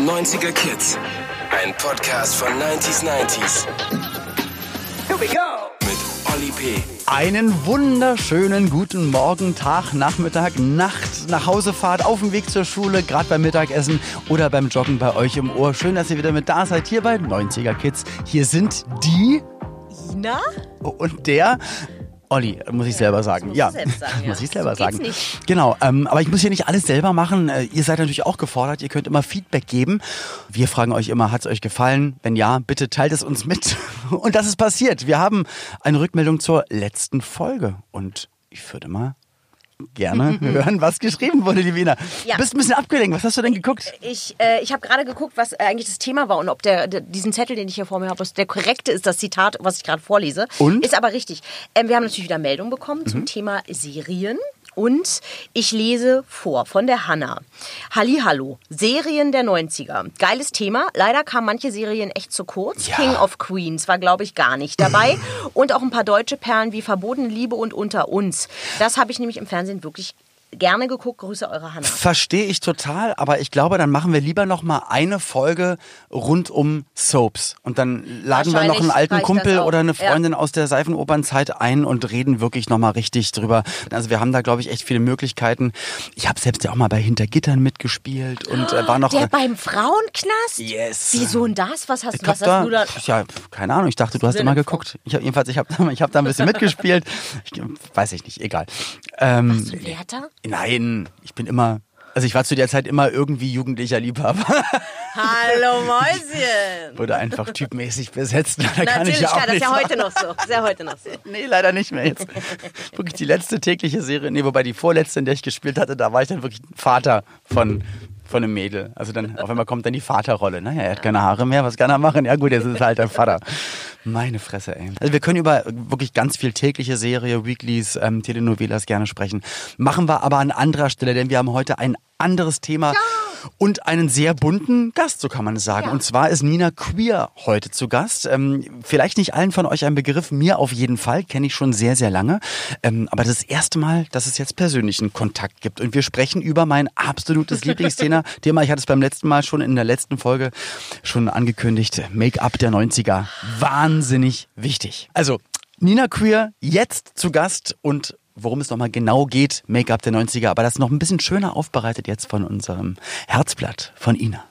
90er Kids. Ein Podcast von 90s. Here we go! Mit Olli P. Einen wunderschönen guten Morgen, Tag, Nachmittag, Nacht, Nachhausefahrt, auf dem Weg zur Schule, gerade beim Mittagessen oder beim Joggen bei euch im Ohr. Schön, dass ihr wieder mit da seid, hier bei 90er Kids. Hier sind die Ina und der Olli, muss ich selber sagen. Das musst du selbst sagen, muss ich selber so geht's sagen. nicht. Genau, aber ich muss hier nicht alles selber machen. Ihr seid natürlich auch gefordert. Ihr könnt immer Feedback geben. Wir fragen euch immer, hat es euch gefallen? Wenn ja, bitte teilt es uns mit. Und das ist passiert. Wir haben eine Rückmeldung zur letzten Folge. Und ich würde mal gerne hören, was geschrieben wurde, liebe Ina. Ja. Du bist ein bisschen abgelenkt. Was hast du denn geguckt? Ich habe gerade geguckt, was eigentlich das Thema war und ob diesen Zettel, den ich hier vor mir habe, der korrekte ist, das Zitat, was ich gerade vorlese. Und? Ist aber richtig. Wir haben natürlich wieder Meldungen bekommen zum Thema Serien. Und ich lese vor von der Hanna. Hallihallo, Serien der 90er. Geiles Thema. Leider kamen manche Serien echt zu kurz. Ja. King of Queens war, glaube ich, gar nicht dabei. Und auch ein paar deutsche Perlen wie Verbotene Liebe und Unter uns. Das habe ich nämlich im Fernsehen wirklich gerne geguckt. Grüße, eure Hanna. Verstehe ich total, aber ich glaube, dann machen wir lieber noch mal eine Folge rund um Soaps. Und dann laden wir noch einen alten reicht Kumpel das auch. oder eine Freundin aus der Seifenopernzeit ein und reden wirklich noch mal richtig drüber. Also wir haben da, glaube ich, echt viele Möglichkeiten. Ich habe selbst ja auch mal bei Hintergittern mitgespielt und war noch... Der beim Frauenknast? Yes. Wieso denn das? Was hast du da? Ja, keine Ahnung, ich dachte, du hast immer geguckt. Ich hab da ein bisschen mitgespielt. Weiß ich nicht, egal. Warst du Wärter? Nein, ich war zu der Zeit immer irgendwie jugendlicher Liebhaber. Hallo Mäuschen. Wurde einfach typmäßig besetzt. Da Natürlich, kann ich ja auch klar, das ist nichts ja heute machen. noch so. Ist ja heute noch so. Nee, leider nicht mehr jetzt. Wirklich die letzte tägliche Serie, wobei die vorletzte, in der ich gespielt hatte, da war ich dann wirklich Vater von einem Mädel. Also dann auf einmal kommt dann die Vaterrolle. Naja, er hat keine Haare mehr, was kann er machen? Ja gut, jetzt ist halt der Vater. Meine Fresse, ey. Also wir können über wirklich ganz viel tägliche Serie, Weeklies, Telenovelas gerne sprechen. Machen wir aber an anderer Stelle, denn wir haben heute ein anderes Thema und einen sehr bunten Gast, so kann man es sagen. Ja. Und zwar ist Nina Queer heute zu Gast. Vielleicht nicht allen von euch ein Begriff, mir auf jeden Fall, kenne ich schon sehr, sehr lange. Aber das erste Mal, dass es jetzt persönlichen Kontakt gibt. Und wir sprechen über mein absolutes Lieblingsthema. Ich hatte es beim letzten Mal schon in der letzten Folge schon angekündigt. Make-up der 90er. Wahnsinnig wichtig. Also, Nina Queer jetzt zu Gast und worum es nochmal genau geht, Make-up der 90er, aber das noch ein bisschen schöner aufbereitet jetzt von unserem Herzblatt von Ina.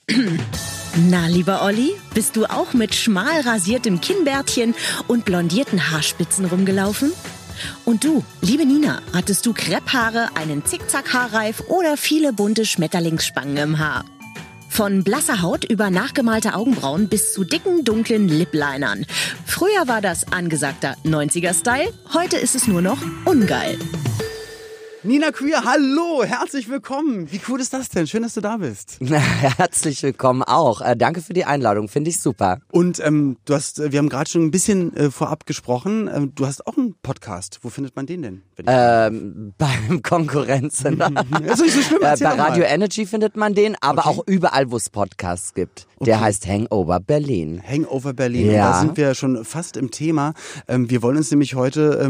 Na, lieber Olli, bist du auch mit schmal rasiertem Kinnbärtchen und blondierten Haarspitzen rumgelaufen? Und du, liebe Nina, hattest du Krepphaare, einen Zickzack-Haarreif oder viele bunte Schmetterlingsspangen im Haar? Von blasser Haut über nachgemalte Augenbrauen bis zu dicken, dunklen Liplinern. Früher war das angesagter 90er-Style, heute ist es nur noch ungeil. Nina Queer, hallo, herzlich willkommen. Wie cool ist das denn? Schön, dass du da bist. Herzlich willkommen auch. Danke für die Einladung, finde ich super. Und wir haben gerade schon ein bisschen vorab gesprochen. Du hast auch einen Podcast. Wo findet man den denn? Beim Konkurrenzen. Das ist nicht so schlimm, Bei erzähl doch mal. Radio Energy findet man den, aber Okay. auch überall, wo es Podcasts gibt. Der Okay. heißt Hangover Berlin. Hangover Berlin. Ja. Und da sind wir schon fast im Thema. Wir wollen uns nämlich heute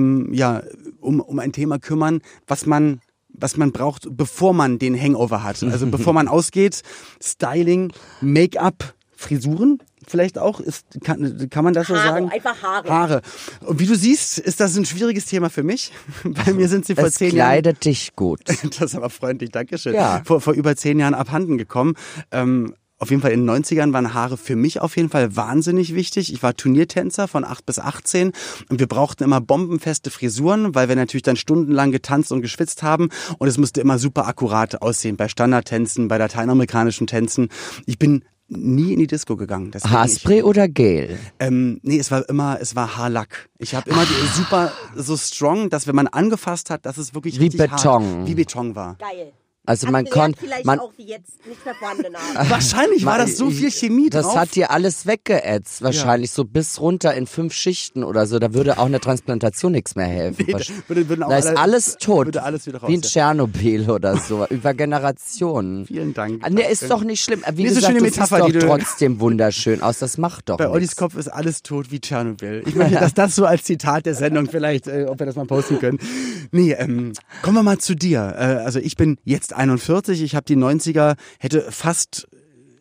um ein Thema kümmern, was man braucht, bevor man den Hangover hat. Also bevor man ausgeht, Styling, Make-up, Frisuren vielleicht auch, kann man das so Haare, sagen? einfach Haare. Haare. Und wie du siehst, ist das ein schwieriges Thema für mich. Bei mir sind sie vor Es 10 Jahren... kleidet dich gut. Das ist aber freundlich, Dankeschön. Ja. Vor über 10 Jahren abhanden gekommen. Auf jeden Fall in den 90ern waren Haare für mich auf jeden Fall wahnsinnig wichtig. Ich war Turniertänzer von 8 bis 18 und wir brauchten immer bombenfeste Frisuren, weil wir natürlich dann stundenlang getanzt und geschwitzt haben und es musste immer super akkurat aussehen bei Standardtänzen, bei lateinamerikanischen Tänzen. Ich bin nie in die Disco gegangen. Deswegen Haarspray oder Gel? Nee, es war Haarlack. Ich habe immer super so strong, dass wenn man angefasst hat, dass es wirklich Wie richtig Beton. Wie Beton war. Geil. Also man konnte... vielleicht auch wie jetzt nicht mehr vorhandene Namen. Wahrscheinlich war das so viel Chemie drauf. Das hat dir alles weggeätzt, wahrscheinlich so bis runter in 5 Schichten oder so. Da würde auch eine Transplantation nichts mehr helfen. Nee, würden auch da ist alles tot, würde alles wieder raus, wie in ja. Tschernobyl oder so, über Generationen. Vielen Dank. Nee, ist doch nicht schlimm. Wie Nee, ist eine gesagt, schöne du Metapher, siehst die doch du- trotzdem wunderschön aus. Das macht doch Bei Ollis nichts. Kopf ist alles tot wie Tschernobyl. Ich möchte, dass das so als Zitat der Sendung vielleicht, ob wir das mal posten können. Nee, kommen wir mal zu dir. Also ich bin jetzt 41, ich habe die 90er, hätte fast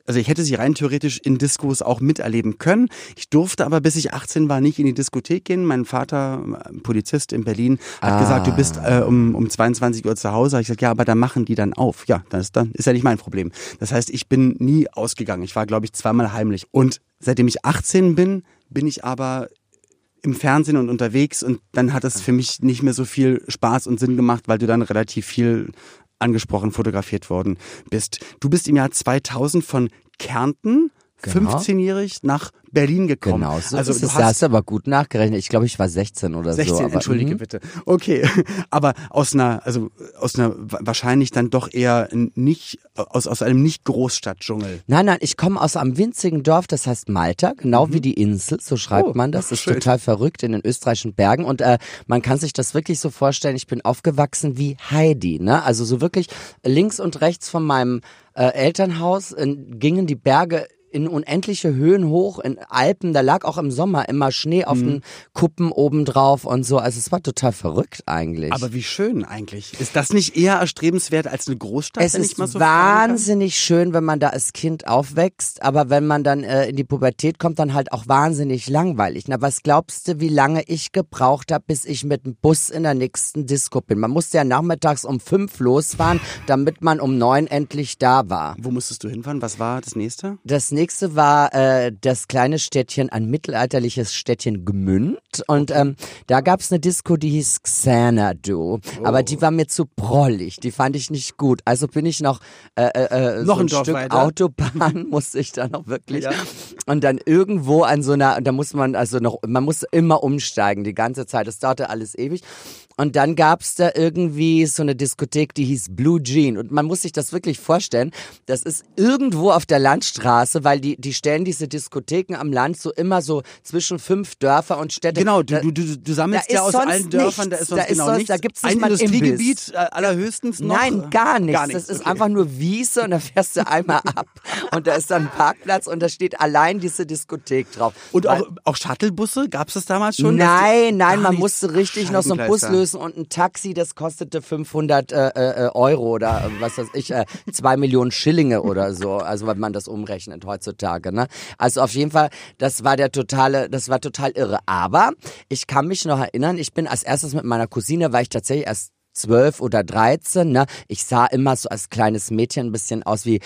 ich hätte sie rein theoretisch in Diskos auch miterleben können. Ich durfte aber, bis ich 18 war, nicht in die Diskothek gehen. Mein Vater, Polizist in Berlin, hat gesagt, du bist um 22 Uhr zu Hause. Ich gesagt, ja, aber da machen die dann auf. Ja, dann ist ja nicht mein Problem. Das heißt, ich bin nie ausgegangen. Ich war, glaube ich, zweimal heimlich. Und seitdem ich 18 bin ich aber im Fernsehen und unterwegs und dann hat es für mich nicht mehr so viel Spaß und Sinn gemacht, weil du dann relativ viel angesprochen, fotografiert worden bist. Du bist im Jahr 2000 von Kärnten, 15-jährig, nach Berlin gekommen. Genau, so also ist es. Da hast du aber gut nachgerechnet. Ich glaube, ich war 16 oder 16, so. Aber, entschuldige bitte. Okay, aber aus einer wahrscheinlich dann doch eher nicht, aus einem Nicht-Großstadt-Dschungel. Nein, ich komme aus einem winzigen Dorf, das heißt Malta, genau wie die Insel, so schreibt man das. Ist total verrückt in den österreichischen Bergen und man kann sich das wirklich so vorstellen, ich bin aufgewachsen wie Heidi, ne? Also so wirklich links und rechts von meinem Elternhaus gingen die Berge in unendliche Höhen hoch, in Alpen, da lag auch im Sommer immer Schnee auf den Kuppen obendrauf und so, also es war total verrückt eigentlich. Aber wie schön eigentlich. Ist das nicht eher erstrebenswert als eine Großstadt? Es ist wahnsinnig schön, wenn man da als Kind aufwächst, aber wenn man dann in die Pubertät kommt, dann halt auch wahnsinnig langweilig. Na, was glaubst du, wie lange ich gebraucht habe, bis ich mit dem Bus in der nächsten Disco bin? Man musste ja nachmittags um 5 losfahren, damit man um 9 endlich da war. Wo musstest du hinfahren? Was war das nächste? Das nächste war das kleine Städtchen, ein mittelalterliches Städtchen Gmünd. Und da gab es eine Disco, die hieß Xanadu. Aber die war mir zu prollig, die fand ich nicht gut. Also bin ich noch so ein Stück weiter. Autobahn musste ich da noch wirklich. Ja. Und dann irgendwo an so einer, da muss man man musste immer umsteigen die ganze Zeit. Das dauerte alles ewig. Und dann gab's da irgendwie so eine Diskothek, die hieß Blue Jean. Und man muss sich das wirklich vorstellen, das ist irgendwo auf der Landstraße, weil die stellen diese Diskotheken am Land so immer so zwischen 5 Dörfer und Städte. Genau, du sammelst ja aus allen Dörfern, da ist sonst genau nichts. Da gibt's nicht ein mal Industriegebiet allerhöchstens noch? Nein, gar nichts. Das ist einfach nur Wiese und da fährst du einmal ab und da ist dann ein Parkplatz und da steht allein diese Diskothek drauf. Und auch Shuttlebusse, gab's das damals schon? Nein, man musste richtig noch so einen Bus lösen und ein Taxi, das kostete 500 Euro oder was weiß ich, 2 Millionen Schillinge oder so, also wenn man das umrechnet heutzutage, ne? Also auf jeden Fall, das war total irre. Aber ich kann mich noch erinnern, ich bin als erstes mit meiner Cousine, war ich tatsächlich erst 12 oder 13, ne? Ich sah immer so als kleines Mädchen ein bisschen aus wie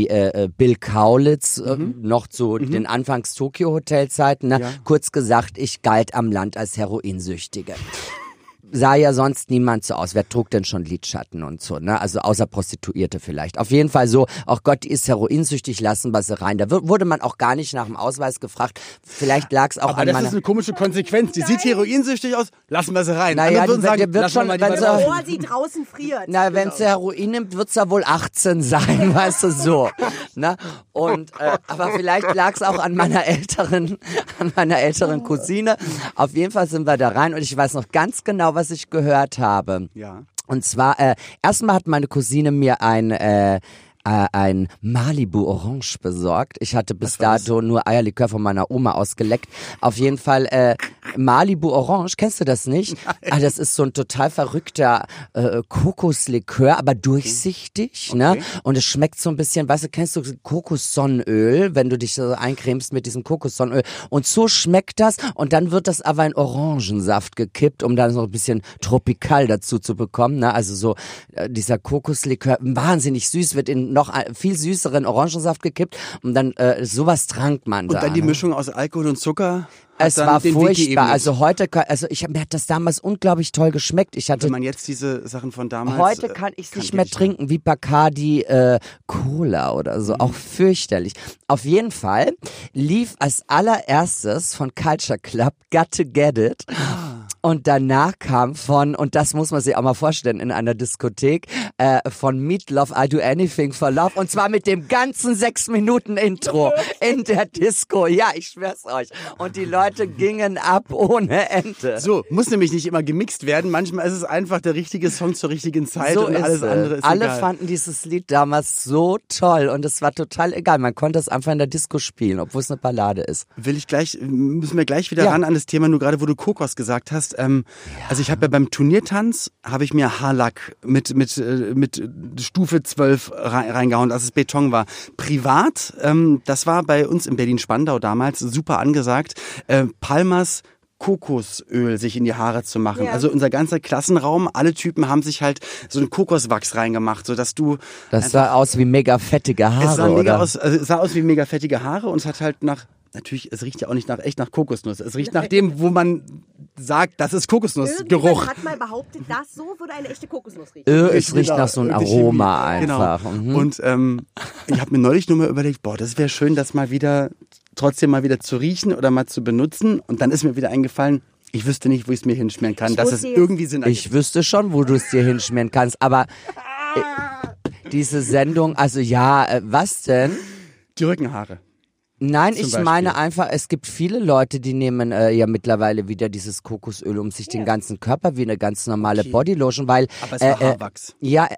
Bill Kaulitz, noch zu den Anfangs-Tokio-Hotelzeiten, ne? Ja. Kurz gesagt, ich galt am Land als Heroinsüchtige. Sah ja sonst niemand so aus. Wer trug denn schon Lidschatten und so, ne? Also außer Prostituierte vielleicht. Auf jeden Fall so, auch Gott, die ist heroinsüchtig, lassen wir sie rein. Da wurde man auch gar nicht nach dem Ausweis gefragt. Vielleicht lag es auch aber an meiner... Aber das ist eine komische Konsequenz. Die sieht heroinsüchtig aus, lassen wir sie rein. Naja, die wird schon, bevor sie draußen friert. Na, wenn sie Heroin nimmt, wird's ja wohl 18 sein, weißt du, so. Ne? Und, aber vielleicht lag es auch an meiner älteren Cousine. Auf jeden Fall sind wir da rein und ich weiß noch ganz genau, was ich gehört habe. Ja. Und zwar, erstmal hat meine Cousine mir ein Malibu Orange besorgt. Ich hatte bis dato nur Eierlikör von meiner Oma ausgeleckt. Auf jeden Fall Malibu Orange, kennst du das nicht? Ah, das ist so ein total verrückter Kokoslikör, aber durchsichtig, ne? Und es schmeckt so ein bisschen, weißt du, kennst du Kokossonnenöl, wenn du dich so eincremst mit diesem Kokossonnenöl. Und so schmeckt das und dann wird das aber in Orangensaft gekippt, um dann so ein bisschen tropikal dazu zu bekommen, ne? Also so dieser Kokoslikör, wahnsinnig süß, wird in noch viel süßeren Orangensaft gekippt und dann sowas trank man da. Und dann die Mischung aus Alkohol und Zucker? Es war furchtbar. Mir hat das damals unglaublich toll geschmeckt. Wenn man jetzt diese Sachen von damals... Heute kann ich es nicht mehr trinken, wie Bacardi Cola oder so. Auch fürchterlich. Auf jeden Fall lief als allererstes von Culture Club Got to Get It. Und danach kam und das muss man sich auch mal vorstellen in einer Diskothek, von Meatloaf, I Do Anything for Love. Und zwar mit dem ganzen 6-Minuten-Intro in der Disco. Ja, ich schwör's euch. Und die Leute gingen ab ohne Ende. So, muss nämlich nicht immer gemixt werden. Manchmal ist es einfach der richtige Song zur richtigen Zeit so und alles andere ist Alle egal. fanden dieses Lied damals so toll und es war total egal. Man konnte es einfach in der Disco spielen, obwohl es eine Ballade ist. Müssen wir gleich wieder ran an das Thema, nur gerade wo du Kokos gesagt hast. also ich habe ja beim Turniertanz, habe ich mir Haarlack mit Stufe 12 reingehauen, dass es Beton war. Privat, das war bei uns in Berlin-Spandau damals super angesagt, Palmas Kokosöl sich in die Haare zu machen. Ja. Also unser ganzer Klassenraum, alle Typen haben sich halt so einen Kokoswachs reingemacht, sodass du... Das sah aus wie mega fettige Haare, es sah aus wie mega fettige Haare und es hat halt natürlich, es riecht ja auch nicht echt nach Kokosnuss. Es riecht nach dem, wo man sagt, das ist Kokosnussgeruch. Hat mal behauptet, so würde eine echte Kokosnuss riechen. Es riecht nach so einem Aroma einfach. Genau. Mhm. Und ich habe mir neulich nur mal überlegt, das wäre schön, das trotzdem mal wieder zu riechen oder mal zu benutzen. Und dann ist mir wieder eingefallen, ich wüsste nicht, wo ich es mir hinschmieren kann, dass es irgendwie Sinn ergibt. Ich wüsste schon, wo du es dir hinschmieren kannst, aber diese Sendung, also was denn? Die Rückenhaare. Nein, ich meine einfach, es gibt viele Leute, die nehmen ja mittlerweile wieder dieses Kokosöl um sich den ganzen Körper wie eine ganz normale Bodylotion, weil... Aber es war Haarwachs.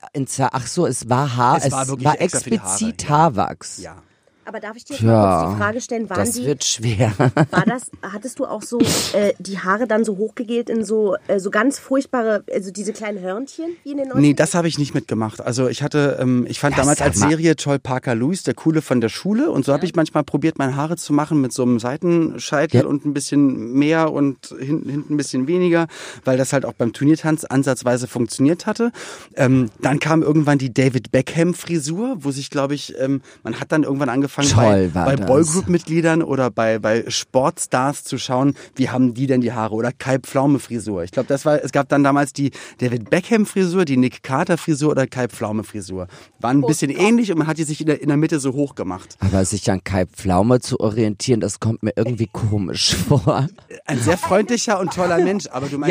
Es war explizit Haarwachs. Ja. Aber darf ich dir mal kurz die Frage stellen, wird schwer. Hattest du auch so die Haare dann so hochgegelt in so ganz furchtbare, also diese kleinen Hörnchen wie in den 90ern? Nee, das habe ich nicht mitgemacht. Also ich fand damals als Serie toll Parker Lewis, der Coole von der Schule, und so habe ich manchmal probiert, meine Haare zu machen mit so einem Seitenscheitel und ein bisschen mehr und hinten ein bisschen weniger, weil das halt auch beim Turniertanz ansatzweise funktioniert hatte. Dann kam irgendwann die David Beckham Frisur, wo sich, glaube ich, man hat dann irgendwann angefangen, bei Boygroup-Mitgliedern oder bei Sportstars zu schauen, wie haben die denn die Haare, oder Kai Pflaume-Frisur. Ich glaube, es gab dann damals die David Beckham-Frisur, die Nick Carter-Frisur oder Kai Pflaume-Frisur. Waren ein bisschen ähnlich und man hat die sich in der Mitte so hoch gemacht. Aber sich an Kai Pflaume zu orientieren, das kommt mir irgendwie komisch vor. Ein sehr freundlicher und toller Mensch, aber du meinst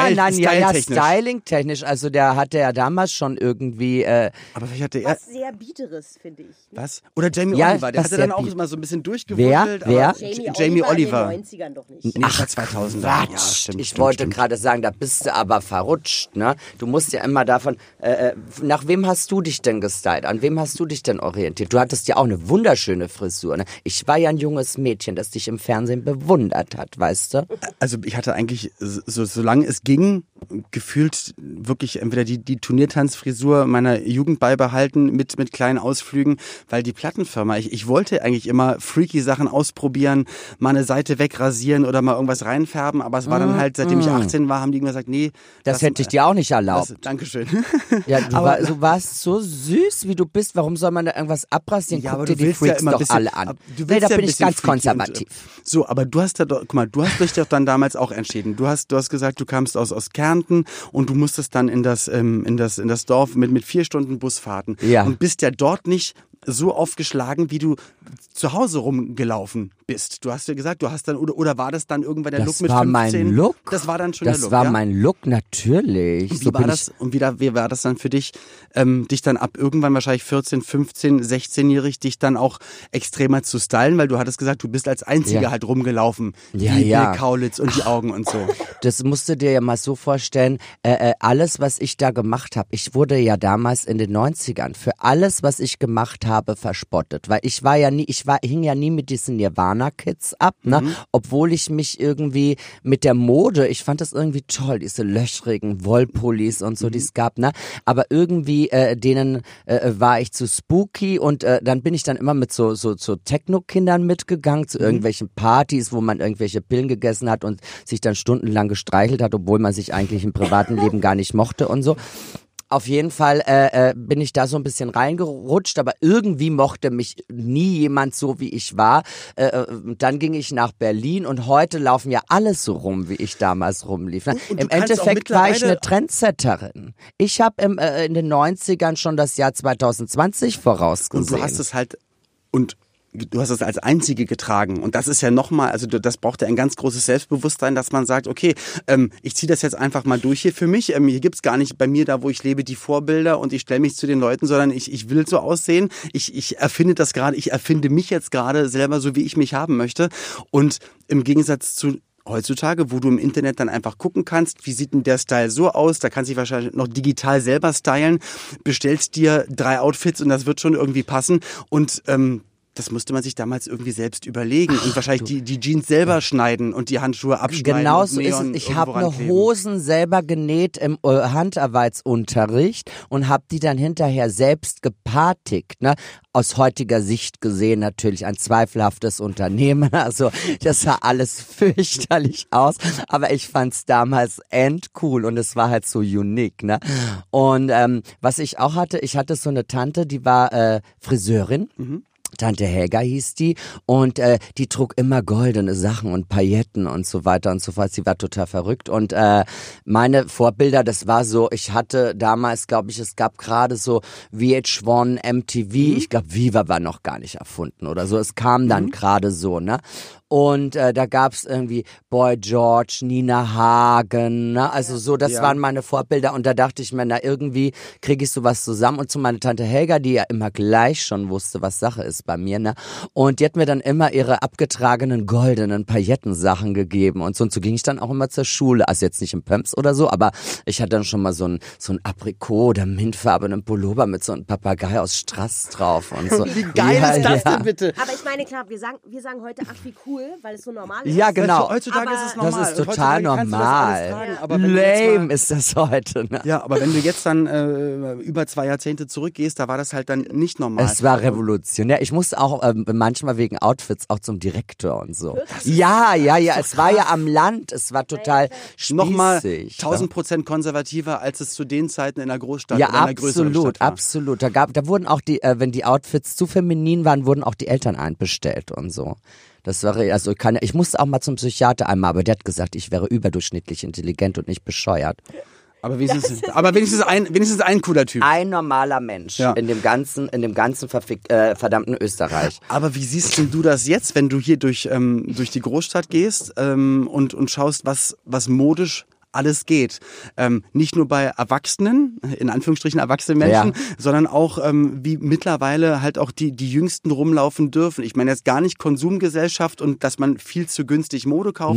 Styling-technisch, also der hatte ja damals schon irgendwie... aber vielleicht hatte er... Was sehr Bieteres, finde ich. Was? Oder Jamie Oliver. Der hatte dann auch immer so ein bisschen durchgewurzelt. Wer? Jamie Oliver. In den 90ern doch nicht. Nee, 2000. Ja, stimmt. Wollte gerade sagen, da bist du aber verrutscht, ne? Du musst ja immer davon, nach wem hast du dich denn gestylt? An wem hast du dich denn orientiert? Du hattest ja auch eine wunderschöne Frisur, ne? Ich war ja ein junges Mädchen, das dich im Fernsehen bewundert hat, weißt du? Also ich hatte eigentlich, solange es ging, gefühlt wirklich entweder die Turniertanzfrisur meiner Jugend beibehalten mit kleinen Ausflügen, weil die Plattenfirma, ich wollte eigentlich immer freaky Sachen ausprobieren, mal eine Seite wegrasieren oder mal irgendwas reinfärben, aber es war dann halt, seitdem ich 18 war, haben die immer gesagt, nee. Das hätte ich dir auch nicht erlaubt. Dankeschön. Ja, du warst so süß, wie du bist, warum soll man da irgendwas abrasieren? Ja, Guck aber dir die Freaks doch alle an. Da bin ich ganz konservativ. So, aber du hast dich doch dann damals auch entschieden. Du hast gesagt, du kamst aus Kärnten und du musstest dann in das Dorf mit 4 Stunden Busfahrten. Ja. Und bist ja dort nicht so aufgeschlagen, wie du zu Hause rumgelaufen bist. Du hast ja gesagt, du hast dann, oder war das dann irgendwann der Look mit 15? Das war mein Look. Das war dann schon der Look, Das war mein Look, natürlich. Wie war das dann für dich, dich dann ab irgendwann wahrscheinlich 14, 15, 16-jährig, dich dann auch extremer zu stylen, weil du hattest gesagt, du bist als Einziger halt rumgelaufen. Wie Bill Kaulitz und die Augen und so. Das musst du dir ja mal so vorstellen, alles, was ich da gemacht habe, ich wurde ja damals in den 90ern für alles, was ich gemacht habe, verspottet, weil ich hing ja nie mit diesen Nirvana-Kids ab, ne? Obwohl ich mich irgendwie mit der Mode, ich fand das irgendwie toll, diese löchrigen Wollpullis und so, die es gab, ne? Aber irgendwie denen war ich zu spooky und dann bin ich dann immer mit so Techno-Kindern mitgegangen, zu irgendwelchen Partys, wo man irgendwelche Pillen gegessen hat und sich dann stundenlang gestreichelt hat, obwohl man sich eigentlich im privaten Leben gar nicht mochte und so. Auf jeden Fall bin ich da so ein bisschen reingerutscht, aber irgendwie mochte mich nie jemand so, wie ich war. Dann ging ich nach Berlin und heute laufen ja alles so rum, wie ich damals rumlief. Und im Endeffekt war ich eine Trendsetterin. Ich habe in den 90ern schon das Jahr 2020 vorausgesehen. Und du hast es halt... Du hast es als Einzige getragen und das ist ja nochmal, also das braucht ja ein ganz großes Selbstbewusstsein, dass man sagt, okay, ich ziehe das jetzt einfach mal durch hier für mich. Hier gibt's gar nicht bei mir, da wo ich lebe, die Vorbilder und ich stelle mich zu den Leuten, sondern ich will so aussehen. Ich erfinde das gerade, ich erfinde mich jetzt gerade selber so, wie ich mich haben möchte. Und im Gegensatz zu heutzutage, wo du im Internet dann einfach gucken kannst, wie sieht denn der Style so aus, da kannst du dich wahrscheinlich noch digital selber stylen, bestellst dir 3 Outfits und das wird schon irgendwie passen und das musste man sich damals irgendwie selbst überlegen und wahrscheinlich die Jeans selber schneiden und die Handschuhe abschneiden. Genau so ist es. Ich habe eine Hosen selber genäht im Handarbeitsunterricht und habe die dann hinterher selbst gepartigt, ne? Aus heutiger Sicht gesehen natürlich ein zweifelhaftes Unternehmen. Also das sah alles fürchterlich aus, aber ich fand's damals endcool und es war halt so unique, ne? Und was ich auch hatte, ich hatte so eine Tante, die war Friseurin. Tante Helga hieß die und die trug immer goldene Sachen und Pailletten und so weiter und so fort. Sie war total verrückt und meine Vorbilder, das war so, ich hatte damals, glaube ich, es gab gerade so VH1, MTV, ich glaube Viva war noch gar nicht erfunden oder so, es kam dann gerade so, ne? Und da gab's irgendwie Boy George, Nina Hagen, ne? Also so, das waren meine Vorbilder und da dachte ich mir, na irgendwie kriege ich sowas zusammen und zu meiner Tante Helga, die ja immer gleich schon wusste, was Sache ist bei mir, ne? Und die hat mir dann immer ihre abgetragenen goldenen Paillettensachen gegeben und so ging ich dann auch immer zur Schule, also jetzt nicht im Pumps oder so, aber ich hatte dann schon mal so ein Aprikot oder mintfarbenen Pullover mit so einem Papagei aus Strass drauf und so. Wie geil ist das denn bitte? Aber ich meine, klar, wir sagen heute, ach wie cool, weil es so normal ist. Ja, genau. Heutzutage ist es normal. Das ist total normal. Lame ist das heute. Ne? Ja, aber wenn du jetzt dann über 2 Jahrzehnte zurückgehst, da war das halt dann nicht normal. Es war revolutionär. Ich musste auch manchmal wegen Outfits auch zum Direktor und so. Ja, es war ja am Land. Es war total spießig. Nochmal 1000% konservativer, als es zu den Zeiten in der Großstadt oder in einer größeren Stadt war. Absolut. Da wurden auch wenn die Outfits zu feminin waren, wurden auch die Eltern einbestellt und so. Das war also ich musste auch mal zum Psychiater einmal, aber der hat gesagt, ich wäre überdurchschnittlich intelligent und nicht bescheuert. Aber wenigstens ein cooler Typ. Ein normaler Mensch in dem ganzen verdammten Österreich. Aber wie siehst denn du das jetzt, wenn du hier durch die Großstadt gehst und schaust, was modisch alles geht. Nicht nur bei Erwachsenen, in Anführungsstrichen erwachsenen Menschen, sondern auch wie mittlerweile halt auch die Jüngsten rumlaufen dürfen. Ich meine jetzt gar nicht Konsumgesellschaft und dass man viel zu günstig Mode kauft,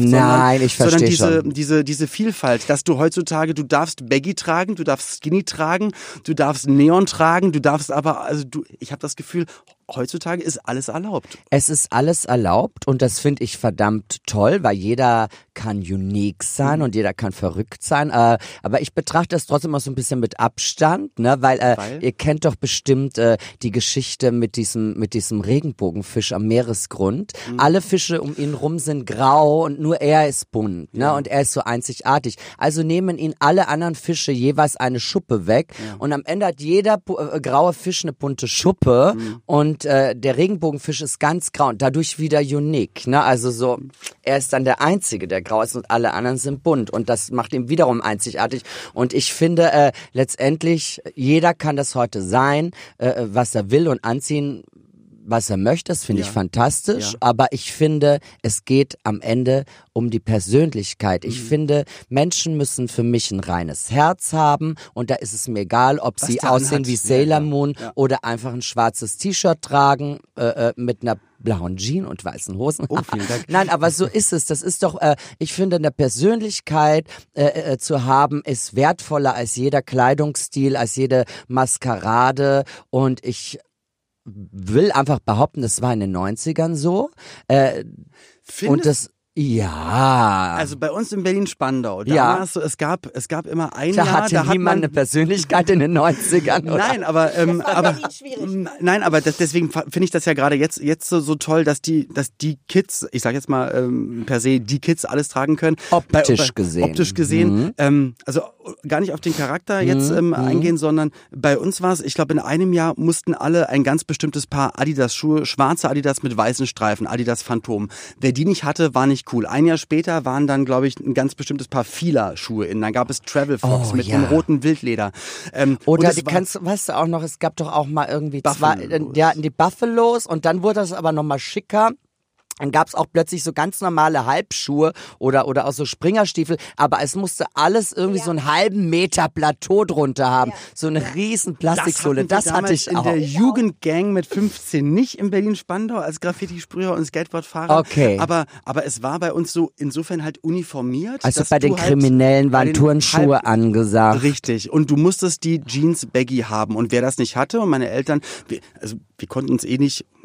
sondern diese Vielfalt, dass du heutzutage, du darfst Baggy tragen, du darfst Skinny tragen, du darfst Neon tragen, du darfst aber, ich habe das Gefühl, heutzutage ist alles erlaubt. Es ist alles erlaubt und das finde ich verdammt toll, weil jeder kann unique sein und jeder kann verrückt sein. Aber ich betrachte es trotzdem auch so ein bisschen mit Abstand, ne? Weil ihr kennt doch bestimmt die Geschichte mit diesem Regenbogenfisch am Meeresgrund. Alle Fische um ihn rum sind grau und nur er ist bunt, ne? Und er ist so einzigartig. Also nehmen ihn alle anderen Fische jeweils eine Schuppe weg und am Ende hat jeder graue Fisch eine bunte Schuppe und der Regenbogenfisch ist ganz grau und dadurch wieder unique, ne? Also so, er ist dann der Einzige, der grau ist und alle anderen sind bunt und das macht ihn wiederum einzigartig und ich finde letztendlich, jeder kann das heute sein, was er will und anziehen, was er möchte, das finde ich fantastisch, aber ich finde, es geht am Ende um die Persönlichkeit. Ich finde, Menschen müssen für mich ein reines Herz haben und da ist es mir egal, ob sie aussehen wie Sailor Moon oder einfach ein schwarzes T-Shirt tragen mit einer blauen Jeans und weißen Hosen. Oh, vielen Dank. Nein, aber so ist es. Das ist doch, ich finde, eine Persönlichkeit zu haben, ist wertvoller als jeder Kleidungsstil, als jede Maskerade und ich will einfach behaupten, das war in den 90ern so. Und das ja. Also bei uns in Berlin-Spandau, da war es so, es gab immer ein Jahr, da hatte niemand eine Persönlichkeit in den 90ern, oder? Nein, aber deswegen finde ich das ja gerade jetzt so toll, dass die Kids, ich sag jetzt mal per se, die Kids alles tragen können. Optisch gesehen. Also gar nicht auf den Charakter jetzt eingehen, sondern bei uns war es, ich glaube in einem Jahr mussten alle ein ganz bestimmtes Paar Adidas-Schuhe, schwarze Adidas mit weißen Streifen, Adidas Phantom. Wer die nicht hatte, war nicht cool. Ein Jahr später waren dann, glaube ich, ein ganz bestimmtes Paar Fila-Schuhe in. Dann gab es Travel Fox mit einem roten Wildleder. Oder weißt du auch noch, es gab doch auch mal irgendwie die hatten die Buffalos und dann wurde das aber nochmal schicker. Dann gab's auch plötzlich so ganz normale Halbschuhe oder auch so Springerstiefel, aber es musste alles irgendwie so einen halben Meter Plateau drunter haben. So eine riesen Plastiksohle. Das hatte ich auch. In der Jugendgang mit 15 nicht in Berlin-Spandau als Graffiti-Sprüher und Skateboardfahrer. Okay. Aber es war bei uns so insofern halt uniformiert. Also bei den Kriminellen waren Turnschuhe angesagt. Richtig. Und du musstest die Jeans baggy haben. Und wer das nicht hatte und meine Eltern, wir konnten uns nicht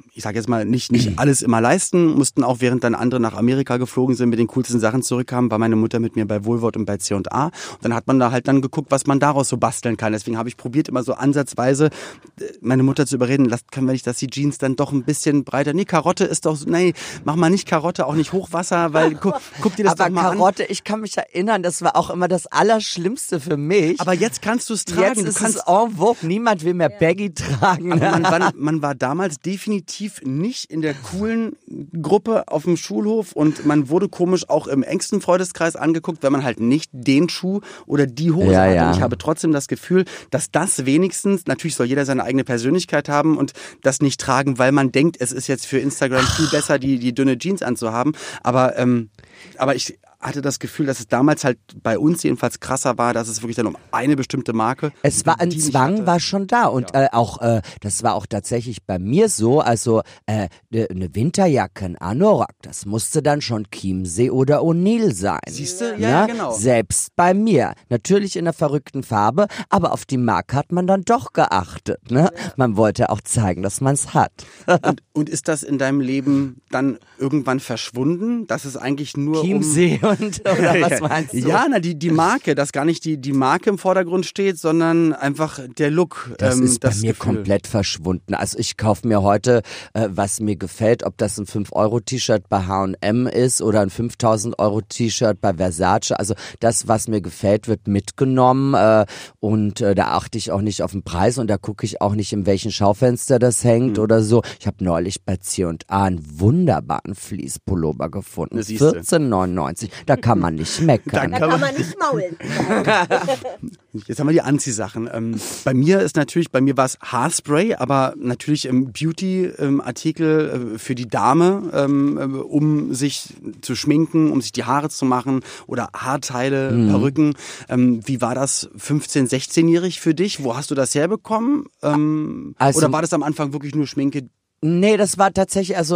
ich sage jetzt mal, nicht alles immer leisten, mussten auch während dann andere nach Amerika geflogen sind, mit den coolsten Sachen zurückkamen, war meine Mutter mit mir bei Woolworth und bei C&A. Und dann hat man da halt dann geguckt, was man daraus so basteln kann. Deswegen habe ich probiert, immer so ansatzweise meine Mutter zu überreden, können wir nicht, dass die Jeans dann doch ein bisschen breiter, nee, Karotte ist doch, nee, mach mal nicht Karotte, auch nicht Hochwasser, weil guck dir das aber doch mal Karotte, ich kann mich erinnern, das war auch immer das Allerschlimmste für mich. Aber jetzt kannst du es tragen. Jetzt ist es en vogue, niemand will mehr Baggy tragen. Aber man war damals definitiv nicht in der coolen Gruppe auf dem Schulhof und man wurde komisch auch im engsten Freundeskreis angeguckt, wenn man halt nicht den Schuh oder die Hose hat. Ja. Und ich habe trotzdem das Gefühl, dass das wenigstens, natürlich soll jeder seine eigene Persönlichkeit haben und das nicht tragen, weil man denkt, es ist jetzt für Instagram viel besser, die dünne Jeans anzuhaben. Aber ich hatte das Gefühl, dass es damals halt bei uns jedenfalls krasser war, dass es wirklich dann um eine bestimmte Marke. Es war ein Zwang, war schon da und das war auch tatsächlich bei mir so, also eine Winterjacke, ein Anorak, das musste dann schon Chiemsee oder O'Neill sein. Siehst du? Ja, genau. Selbst bei mir, natürlich in einer verrückten Farbe, aber auf die Marke hat man dann doch geachtet. Ne? Man wollte auch zeigen, dass man es hat. Und ist das in deinem Leben dann irgendwann verschwunden, dass es eigentlich nur Chiemsee oder was meinst du? Ja, die Marke, dass gar nicht die Marke im Vordergrund steht, sondern einfach der Look. Das ist bei mir Gefühl. komplett verschwunden. Also ich kaufe mir heute, was mir gefällt, ob das ein 5-Euro-T-Shirt bei H&M ist oder ein 5.000-Euro-T-Shirt bei Versace. Also das, was mir gefällt, wird mitgenommen und da achte ich auch nicht auf den Preis und da gucke ich auch nicht, in welchem Schaufenster das hängt oder so. Ich habe neulich bei C&A einen wunderbaren Fleece-Pullover gefunden. 14,99. Da kann man nicht meckern. Da kann man nicht maulen. Jetzt haben wir die Anziehsachen. Bei mir war es Haarspray, aber natürlich Beauty-Artikel für die Dame, um sich zu schminken, um sich die Haare zu machen oder Haarteile, Perücken. Wie war das 15-, 16-jährig für dich? Wo hast du das herbekommen? Oder war das am Anfang wirklich nur Schminke? Nee, das war tatsächlich, also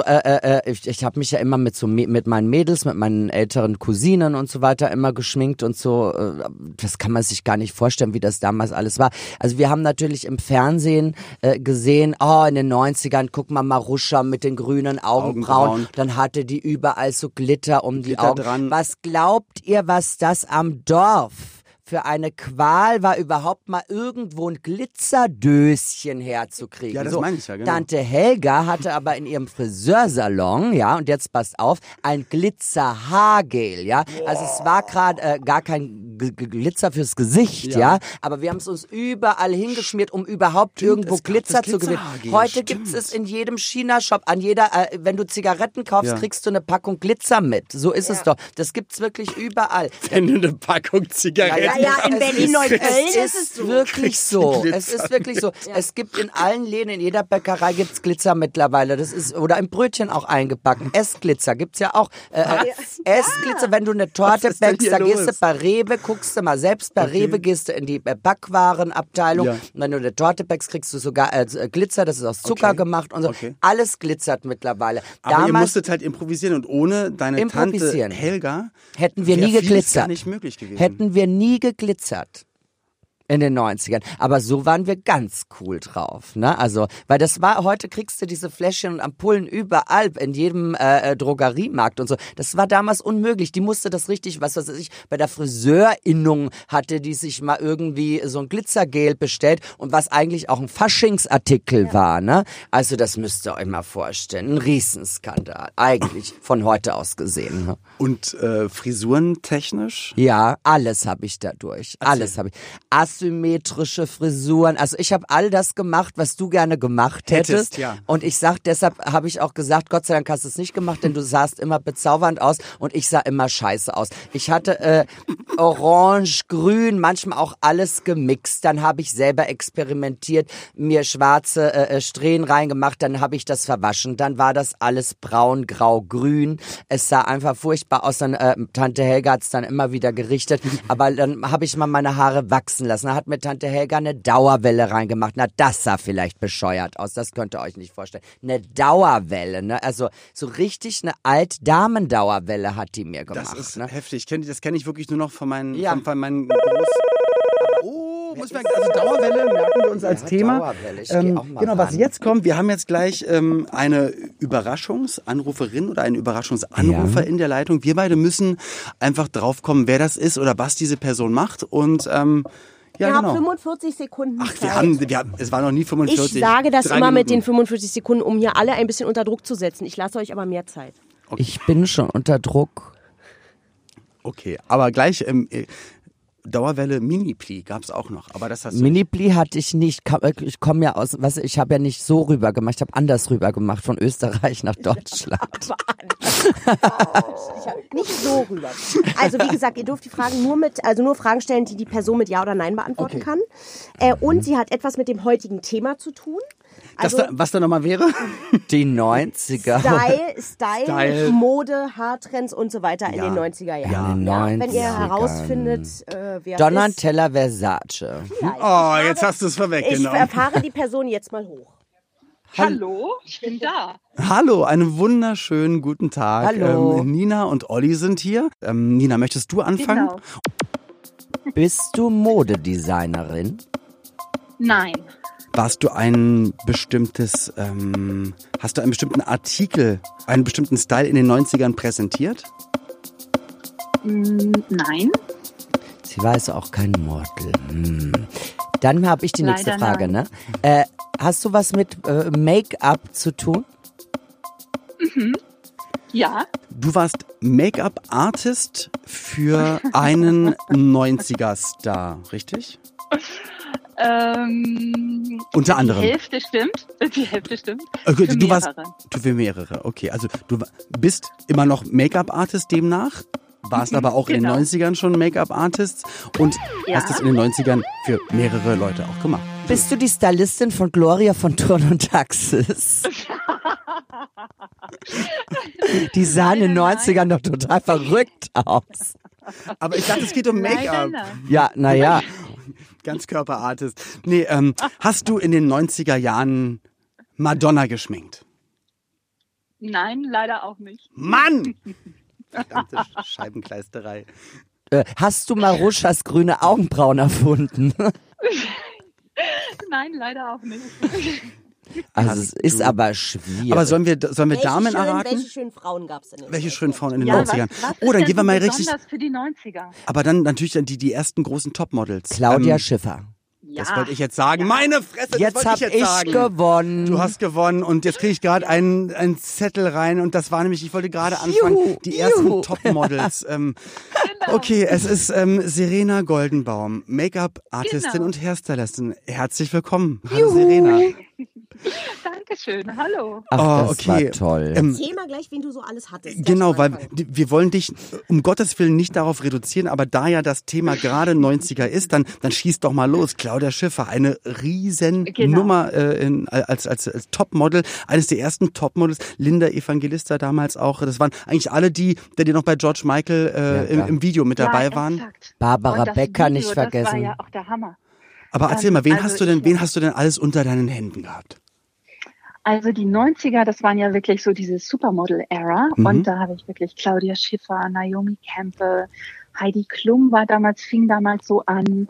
ich habe mich ja immer mit meinen Mädels, mit meinen älteren Cousinen und so weiter immer geschminkt und so. Das kann man sich gar nicht vorstellen, wie das damals alles war. Also wir haben natürlich im Fernsehen gesehen, in den 90ern, guck mal Maruscha mit den grünen Augenbrauen. Dann hatte die überall so Glitter um die Augen. Dran. Was glaubt ihr, was das am Dorf für eine Qual war, überhaupt mal irgendwo ein Glitzerdöschen herzukriegen. Ja, das meine ich ja, genau. Tante Helga hatte aber in ihrem Friseursalon, ja, und jetzt passt auf, ein Glitzerhaargel, ja. Wow. Also es war gerade gar kein Glitzer fürs Gesicht, ja, aber wir haben es uns überall hingeschmiert, um überhaupt irgendwo Glitzer zu gewinnen. Heute gibt es in jedem China-Shop, wenn du Zigaretten kaufst, kriegst du eine Packung Glitzer mit. So ist es doch. Das gibt's wirklich überall. Wenn du eine Packung Zigaretten in Berlin-Neukölln ist es wirklich so. Es ist wirklich so. Ja. Es gibt in allen Läden, in jeder Bäckerei gibt's Glitzer mittlerweile. Das ist, oder im Brötchen auch eingepackt. Essglitzer gibt's ja auch. Essglitzer, wenn du eine Torte backst, da gehst du bei Rewe, guckst du mal selbst, bei Rewe gehst du in die Backwarenabteilung. Und wenn du eine Torte backst, kriegst du sogar Glitzer, das ist aus Zucker gemacht und so. Alles glitzert mittlerweile. Aber ihr musstet halt improvisieren und ohne deine Tante Helga hätten wir nie geglitzert. Gar nicht möglich gewesen. Hätten wir nie geglitzert. In den 90ern. Aber so waren wir ganz cool drauf, ne? Also, weil das war, heute kriegst du diese Fläschchen und Ampullen überall, in jedem Drogeriemarkt und so. Das war damals unmöglich. Die musste das richtig, was weiß ich, bei der Friseurinnung hatte die sich mal irgendwie so ein Glitzergel bestellt und was eigentlich auch ein Faschingsartikel war, ne? Also, das müsst ihr euch mal vorstellen. Ein Riesenskandal. Eigentlich von heute aus gesehen, ne? Und frisurentechnisch? Ja, alles habe ich dadurch. Alles habe ich. Asymmetrische Frisuren. Also ich habe all das gemacht, was du gerne gemacht hättest. Ja. Und deshalb habe ich auch gesagt, Gott sei Dank hast du es nicht gemacht, denn du sahst immer bezaubernd aus und ich sah immer scheiße aus. Ich hatte orange, grün, manchmal auch alles gemixt. Dann habe ich selber experimentiert, mir schwarze Strähnen reingemacht, dann habe ich das verwaschen. Dann war das alles braun, grau, grün. Es sah einfach furchtbar aus. Dann Tante Helga hat es dann immer wieder gerichtet. Aber dann habe ich mal meine Haare wachsen lassen. Da hat mir Tante Helga eine Dauerwelle reingemacht. Na, das sah vielleicht bescheuert aus. Das könnt ihr euch nicht vorstellen. Eine Dauerwelle, ne? Also so richtig eine Altdamen-Dauerwelle hat die mir gemacht. Das ist ne? heftig. Das kenne ich wirklich nur noch von meinen, Ja. von meinen Groß... muss man, also Dauerwelle merken wir uns als Thema. Dauerwelle, ich geh auch mal genau, was ran. jetzt kommt, wir haben jetzt gleich eine Überraschungsanruferin oder einen Überraschungsanrufer in der Leitung. Wir beide müssen einfach drauf kommen, wer das ist oder was diese Person macht und ja, Wir haben genau. 45 Sekunden Ach, Zeit. es war noch nie 45. Ich sage das 3 immer mit Minuten. den 45 Sekunden, um hier alle ein bisschen unter Druck zu setzen. Ich lasse euch aber mehr Zeit. Ich bin schon unter Druck. Okay, aber gleich Dauerwelle Mini-Pli gab es auch noch, aber das hast du Mini-Pli hatte ich nicht. Ich komme ja aus, ich habe ja nicht so rüber gemacht, ich habe anders rüber gemacht, von Österreich nach Deutschland. Nicht so rüber. Also wie gesagt, ihr dürft die Fragen nur Fragen stellen, die Person mit Ja oder Nein beantworten kann. Und sie hat etwas mit dem heutigen Thema zu tun. Also was da nochmal wäre? Die 90er. Style, Mode, Haartrends und so weiter in den 90er Jahren. Ja, in den 90ern. Wenn ihr herausfindet, wer es ist. Donatella Versace. Oh, jetzt hast du es Ich vorweggenommen. erfahre die Person jetzt mal hoch. Hallo, ich bin da. Hallo, einen wunderschönen guten Tag. Hallo. Nina und Olli sind hier. Nina, möchtest du anfangen? Genau. Bist du Modedesignerin? Nein, Warst du ein bestimmtes, hast du einen bestimmten Artikel, einen bestimmten Style in den 90ern präsentiert? nein, Sie war also auch kein Model. Dann habe ich die nächste Leider Frage. Ne? Hast du was mit Make-up zu tun? ja, Du warst Make-up-Artist für einen 90er-Star, richtig? Unter anderem. Die Hälfte stimmt. Okay, Für du warst mehrere. für mehrere. Okay, also du bist immer noch Make-up-Artist demnach, warst aber auch in den genau. 90ern schon Make-up-Artist und Ja. hast es in den 90ern für mehrere Leute auch gemacht. Bist du die Stylistin von Gloria von Turn und Taxis? Die sahen in den 90ern doch total verrückt aus. Aber ich dachte, es geht um Make-up. Leider Ja, naja. Ganzkörperartist. Nee, hast du in den 90er Jahren Madonna geschminkt? Nein, leider auch nicht. Mann! Verdammte Scheibenkleisterei. Hast du Maruschas grüne Augenbrauen erfunden? Nein, leider auch nicht. Also es ist aber schwierig. Aber sollen wir Damen erraten? Welche schönen Frauen gab es denn? Welche schönen Frauen in den Ja, 90ern? was ist Oh, dann denn gehen wir so mal richtig. besonders für die 90er? Aber dann natürlich die ersten großen Topmodels. Claudia Schiffer. Das wollte ich jetzt sagen. Meine Fresse, Jetzt das hab wollte ich jetzt ich sagen. gewonnen. Du hast gewonnen und jetzt kriege ich gerade einen Zettel rein und das war nämlich, ich wollte gerade anfangen, Juhu, die ersten juhu. Topmodels. Okay, es ist Serena Goldenbaum, Make-up-Artistin Genau. und Hairstylistin. Herzlich willkommen. Hallo Serena. Dankeschön, hallo. Ach, das okay. war toll. Erzähl mal gleich, wen du so alles hattest. Genau, Gleich weil am Anfang. wir wollen dich um Gottes Willen nicht darauf reduzieren, aber da ja das Thema gerade 90er ist, dann schieß doch mal los. Claudia Schiffer, eine riesen Genau. Nummer als Topmodel, eines der ersten Topmodels, Linda Evangelista damals auch. Das waren eigentlich alle die noch bei George Michael klar. im Video mit dabei ja, waren. Exakt. Barbara Und das Becker Video, nicht vergessen. Das war ja auch der Hammer. Aber erzähl mal, wen also hast du denn alles unter deinen Händen gehabt? Also die 90er, das waren ja wirklich so diese Supermodel-Ära. Und da habe ich wirklich Claudia Schiffer, Naomi Campbell, Heidi Klum fing damals so an,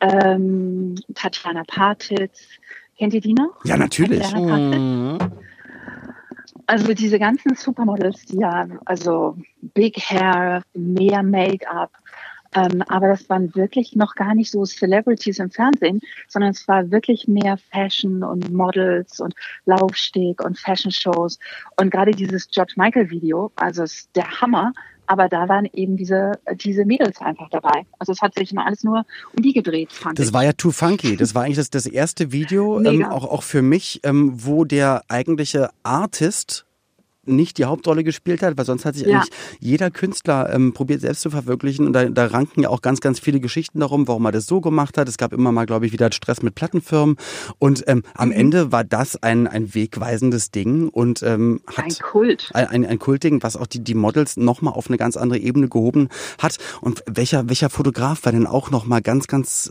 Tatjana Partitz. Kennt ihr die noch? Ja, natürlich. Tatjana Partitz. Also diese ganzen Supermodels, die ja, also Big Hair, mehr Make-up, aber das waren wirklich noch gar nicht so Celebrities im Fernsehen, sondern es war wirklich mehr Fashion und Models und Laufsteg und Fashion-Shows. Und gerade dieses George Michael-Video, also ist der Hammer, aber da waren eben diese Mädels einfach dabei. Also es hat sich immer alles nur um die gedreht, fand ich. Das war ja Too Funky. Das war eigentlich das erste Video, Mega. auch für mich, wo der eigentliche Artist nicht die Hauptrolle gespielt hat, weil sonst hat sich eigentlich jeder Künstler probiert selbst zu verwirklichen und da ranken ja auch ganz, ganz viele Geschichten darum, warum er das so gemacht hat. Es gab immer mal, glaube ich, wieder Stress mit Plattenfirmen und am Ende war das ein wegweisendes Ding und hat ein Kult. ein Kultding, was auch die Models nochmal auf eine ganz andere Ebene gehoben hat. Und welcher Fotograf war denn auch nochmal ganz, ganz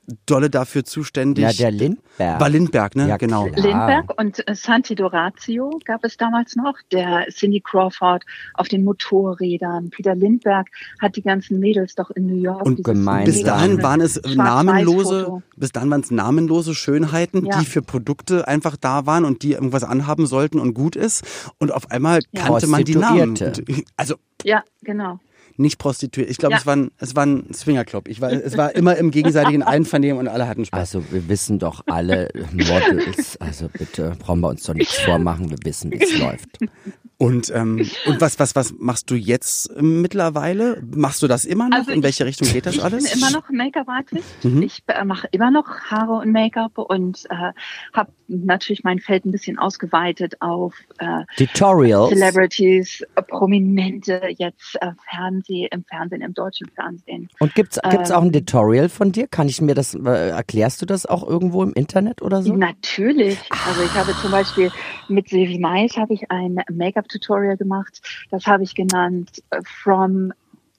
dolle dafür zuständig. Ja, der Lindbergh. War Lindbergh, ne? Ja, genau. klar. Lindbergh und Santi Dorazio gab es damals noch, der Cindy Crawford auf den Motorrädern. Peter Lindbergh hat die ganzen Mädels doch in New York. Und gemeinsam. Bis dahin waren es Schwarz-Weiß-Foto. namenlose Schönheiten, Ja. die für Produkte einfach da waren und die irgendwas anhaben sollten und gut ist. Und auf einmal kannte man die Namen. Prostituierte. Also Ja, genau. nicht Prostituiert. Ich glaube, Ja. es war ein Swingerclub. Es war immer im gegenseitigen Einvernehmen und alle hatten Spaß. Also wir wissen doch alle Models, also bitte brauchen wir uns doch nichts vormachen, wir wissen, wie es läuft. Und was machst du jetzt mittlerweile? Machst du das immer noch? Also In welche Richtung geht das alles? Ich bin immer noch Make-up-Artist. Ich mache immer noch Haare und Make-up und habe natürlich mein Feld ein bisschen ausgeweitet auf Tutorials. Celebrities, Prominente, jetzt im Fernsehen, im deutschen Fernsehen. Und gibt's auch ein Tutorial von dir? Kann ich mir das, erklärst du das auch irgendwo im Internet oder so? Natürlich. Also ich habe zum Beispiel mit Silvi Mais habe ich ein Make-up-Tutorial gemacht. Das habe ich genannt From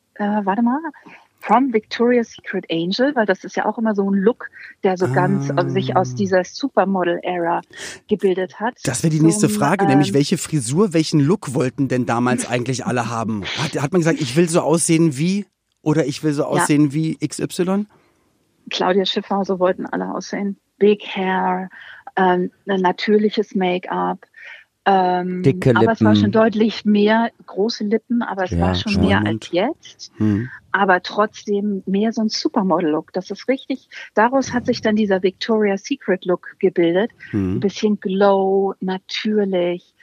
Victoria's Secret Angel, weil das ist ja auch immer so ein Look, der so ganz sich aus dieser Supermodel-Ära gebildet hat. Das wäre die nächste Frage, nämlich welche Frisur, welchen Look wollten denn damals eigentlich alle haben? Hat man gesagt, ich will so aussehen wie oder ich will so aussehen wie XY? Claudia Schiffer, so wollten alle aussehen. Big Hair, ein natürliches Make-up. Dicke Lippen. Aber es war schon deutlich mehr, große Lippen, aber es war schon mehr als jetzt. Aber trotzdem mehr so ein Supermodel-Look. Das ist richtig. Daraus hat sich dann dieser Victoria's Secret Look gebildet. Ein bisschen Glow, natürlich.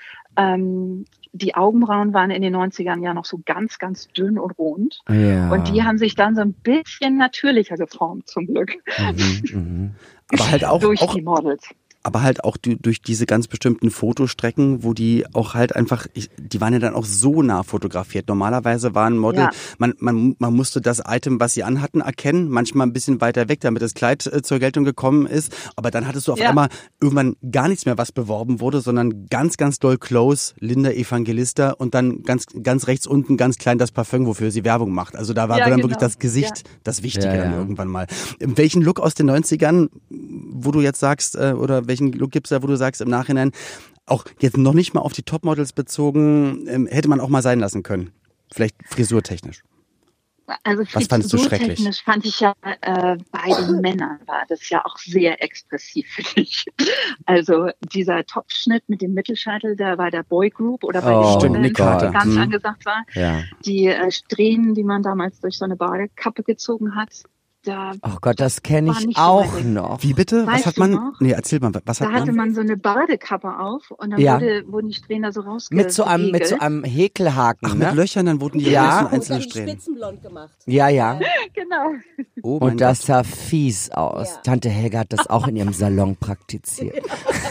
Die Augenbrauen waren in den 90ern ja noch so ganz, ganz dünn und rund. Ja. Und die haben sich dann so ein bisschen natürlicher geformt, zum Glück. Aber halt auch, Durch die Models. Aber halt auch durch diese ganz bestimmten Fotostrecken, wo die auch halt einfach, die waren ja dann auch so nah fotografiert. Normalerweise waren Model, man musste das Item, was sie anhatten, erkennen, manchmal ein bisschen weiter weg, damit das Kleid zur Geltung gekommen ist. Aber dann hattest du auf einmal irgendwann gar nichts mehr, was beworben wurde, sondern ganz, ganz doll close, Linda Evangelista und dann ganz, ganz rechts unten ganz klein das Parfüm, wofür sie Werbung macht. Also da war dann wirklich das Gesicht das Wichtige dann irgendwann mal. Welchen Look aus den 90ern, wo du jetzt sagst, oder welchen Look gibt's da, wo du sagst im Nachhinein, auch jetzt noch nicht mal auf die Topmodels bezogen, hätte man auch mal sein lassen können? Vielleicht frisurtechnisch. Also was fandest du schrecklich? Fand ich ja, bei den Männern war das ja auch sehr expressiv für dich. Also dieser Topschnitt mit dem Mittelscheitel, der bei der Boygroup oder bei den Männern ganz angesagt war. Ja. Die Strähnen, die man damals durch so eine Badekappe gezogen hat. Oh Gott, das kenne ich auch noch. Wie bitte? Was hat man? Noch? Nee, erzähl mal, was hat man? Da hatte man so eine Badekappe auf und dann wurden die Strähnen da so rausgehegelt. Mit so einem Häkelhaken. Ach, mit Löchern, dann wurden die einzelne Strähnen. Spitzenblond gemacht. Ja. Genau. Oh, und das sah fies aus. Ja. Tante Helga hat das auch in ihrem Salon praktiziert.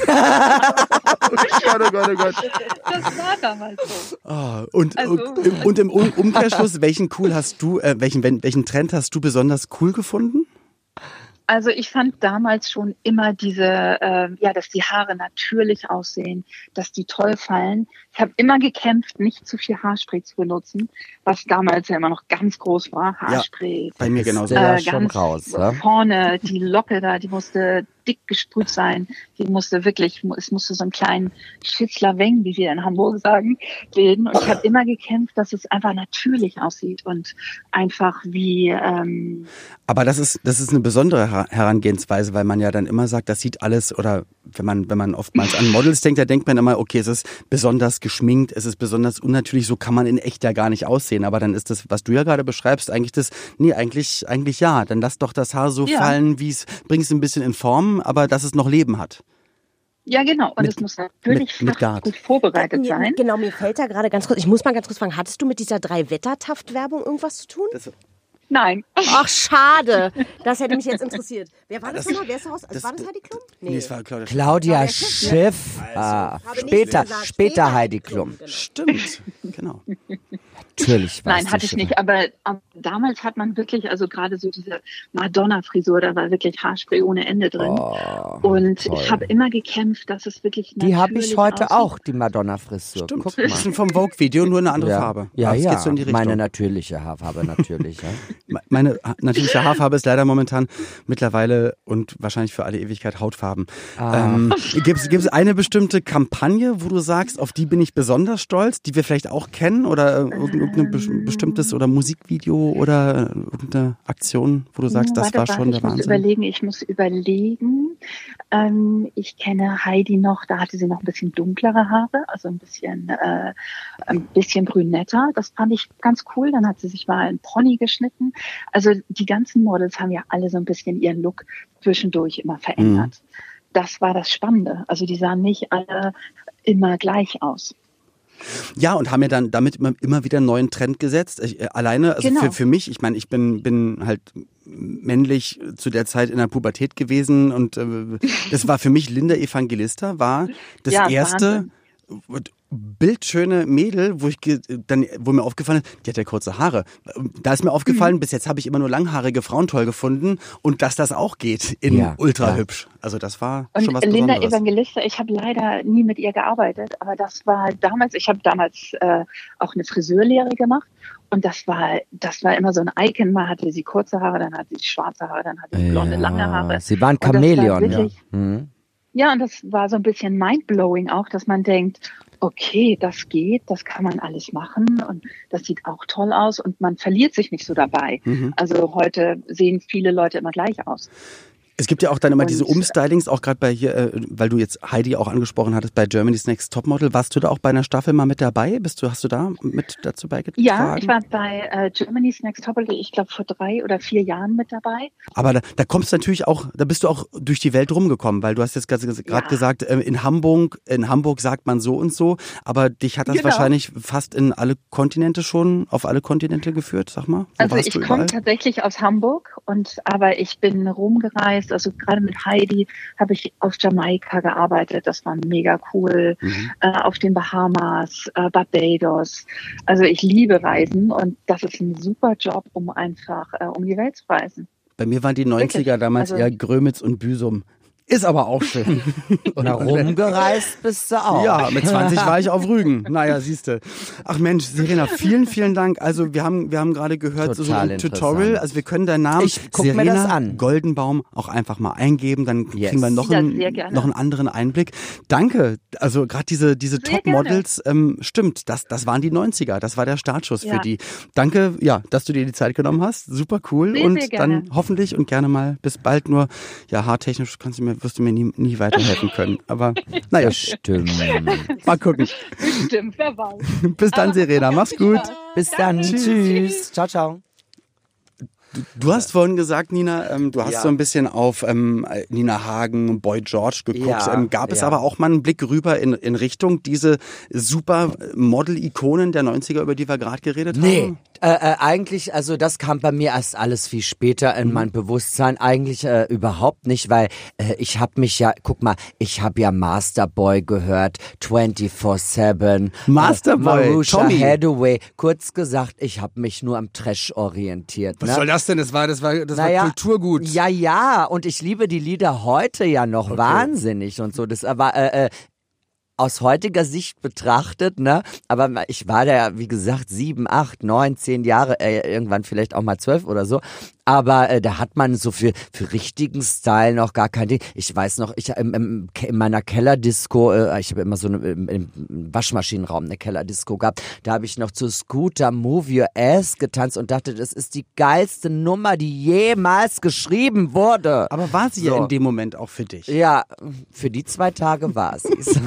Oh Gott. Das war damals so. Und im Umkehrschluss, welchen Trend hast du besonders cool gefunden? Also ich fand damals schon immer dass die Haare natürlich aussehen, dass die toll fallen. Ich habe immer gekämpft, nicht zu viel Haarspray zu benutzen, was damals ja immer noch ganz groß war. Haarspray. Ja, bei mir genauso. Schon raus. Vorne, die Locke da, die musste dick gesprüht sein. Es musste so einen kleinen Schitzler-Weng, wie wir in Hamburg sagen, bilden. Und ich habe immer gekämpft, dass es einfach natürlich aussieht und einfach wie... Aber das ist eine besondere Herangehensweise, weil man ja dann immer sagt, das sieht alles, oder wenn man oftmals an Models denkt, da denkt man immer, okay, es ist besonders geschminkt, es ist besonders unnatürlich, so kann man in echt ja gar nicht aussehen. Aber dann ist das, was du ja gerade beschreibst, eigentlich ja. Dann lass doch das Haar so fallen, bring es ein bisschen in Form, aber dass es noch Leben hat. Ja, genau. Und es muss natürlich gut vorbereitet sein. Genau, mir fällt da gerade ganz kurz, ich muss mal ganz kurz fragen, hattest du mit dieser 3-Wetter-Taft-Werbung irgendwas zu tun? Nein. Ach, schade. Das hätte mich jetzt interessiert. Wer war das nochmal? Wer ist da raus? War das Heidi Klum? Nee, es war Claudia Schiff. Später Heidi Klum. Stimmt, genau. Natürlich war Nein, hatte ich nicht, aber damals hat man wirklich, also gerade so diese Madonna-Frisur, da war wirklich Haarspray ohne Ende drin. Und toll. Ich habe immer gekämpft, dass es wirklich natürlich die habe ich heute auch, die Madonna-Frisur. Stimmt, guck mal. Das ist vom Vogue-Video, nur eine andere Farbe. Ja, das geht so in die Richtung. Meine natürliche Haarfarbe, natürlich. Ja. Meine natürliche Haarfarbe ist leider momentan mittlerweile und wahrscheinlich für alle Ewigkeit Hautfarben. Gibt es eine bestimmte Kampagne, wo du sagst, auf die bin ich besonders stolz, die wir vielleicht auch kennen oder irgendein bestimmtes oder Musikvideo oder irgendeine Aktion, wo du sagst, das war schon der Wahnsinn? Ich muss überlegen. Ich kenne Heidi noch, da hatte sie noch ein bisschen dunklere Haare, also ein bisschen brünetter. Das fand ich ganz cool. Dann hat sie sich mal ein Pony geschnitten. Also die ganzen Models haben ja alle so ein bisschen ihren Look zwischendurch immer verändert. Das war das Spannende. Also die sahen nicht alle immer gleich aus. Ja, und haben ja dann damit immer wieder einen neuen Trend gesetzt. Für mich, ich meine, ich bin halt männlich zu der Zeit in der Pubertät gewesen und das war für mich Linda Evangelista, war das erste bildschöne Mädel, wo mir aufgefallen ist, die hat ja kurze Haare. Da ist mir aufgefallen, bis jetzt habe ich immer nur langhaarige Frauen toll gefunden und dass das auch geht in ultra hübsch. Also das war schon was Besonderes. Linda Evangelista, ich habe leider nie mit ihr gearbeitet, aber das war damals, ich habe damals auch eine Friseurlehre gemacht und das war immer so ein Icon. Mal hatte sie kurze Haare, dann hatte sie schwarze Haare, dann hatte sie blonde, lange Haare. Sie war ein Chamäleon, Ja, und das war so ein bisschen mindblowing auch, dass man denkt, okay, das geht, das kann man alles machen und das sieht auch toll aus und man verliert sich nicht so dabei. Also heute sehen viele Leute immer gleich aus. Es gibt ja auch dann immer diese Umstylings, auch gerade bei hier, weil du jetzt Heidi auch angesprochen hattest, bei Germany's Next Topmodel. Warst du da auch bei einer Staffel mal mit dabei? Hast du da mit dazu beigetragen? Ja, ich war bei Germany's Next Topmodel, ich glaube vor 3 oder 4 Jahren mit dabei. Aber da kommst du natürlich auch, da bist du auch durch die Welt rumgekommen, weil du hast jetzt gerade gesagt, in Hamburg sagt man so und so, aber dich hat das wahrscheinlich fast auf alle Kontinente geführt, sag mal. Also ich komme tatsächlich aus Hamburg aber ich bin rumgereist. Also gerade mit Heidi habe ich auf Jamaika gearbeitet. Das war mega cool. Auf den Bahamas, Barbados. Also ich liebe Reisen und das ist ein super Job, um einfach um die Welt zu reisen. Bei mir waren die 90er damals eher Grömitz und Büsum. Ist aber auch schön. Und rumgereist bist du auch. Ja, mit 20 war ich auf Rügen. Naja, siehste. Ach Mensch, Serena, vielen, vielen Dank. Also wir haben gerade gehört, so ein Tutorial. Also wir können deinen Namen Serena Goldenbaum auch einfach mal eingeben. Dann kriegen wir noch einen anderen Einblick. Danke. Also gerade diese Top-Models, stimmt, das waren die 90er. Das war der Startschuss für die. Danke, dass du dir die Zeit genommen hast. Super cool. Sehr, und sehr dann hoffentlich und gerne mal bis bald. Nur, haartechnisch wirst du mir nie weiterhelfen können. Aber naja. Stimmt. Mal gucken. Stimmt, wer weiß. Bis dann, Serena. Mach's gut. Bis dann. Tschüss. Ciao, ciao. Du hast vorhin gesagt, Nina, du hast so ein bisschen auf Nina Hagen, Boy George geguckt. Gab es aber auch mal einen Blick rüber in Richtung diese super Model-Ikonen der 90er, über die wir gerade geredet haben? Eigentlich, also das kam bei mir erst alles viel später in mein Bewusstsein. Eigentlich überhaupt nicht, weil ich habe mich ich habe ja Masterboy gehört, 24/7. Masterboy, Marusha Tommy. Hathaway. Kurz gesagt, ich habe mich nur am Trash orientiert. Was soll das denn? Das war Kulturgut. Ja, und ich liebe die Lieder heute ja noch wahnsinnig und so. Das aber aus heutiger Sicht betrachtet, ne? Aber ich war da, wie gesagt, 7, 8, 9, 10 Jahre, irgendwann vielleicht auch mal 12 oder so. Aber da hat man so für richtigen Style noch gar kein Ding. Ich weiß noch, ich in meiner Kellerdisco, ich habe immer so im Waschmaschinenraum eine Kellerdisco gehabt, da habe ich noch zu Scooter Move Your Ass getanzt und dachte, das ist die geilste Nummer, die jemals geschrieben wurde. Aber war sie ja in dem Moment auch für dich? Ja, für die 2 Tage war sie.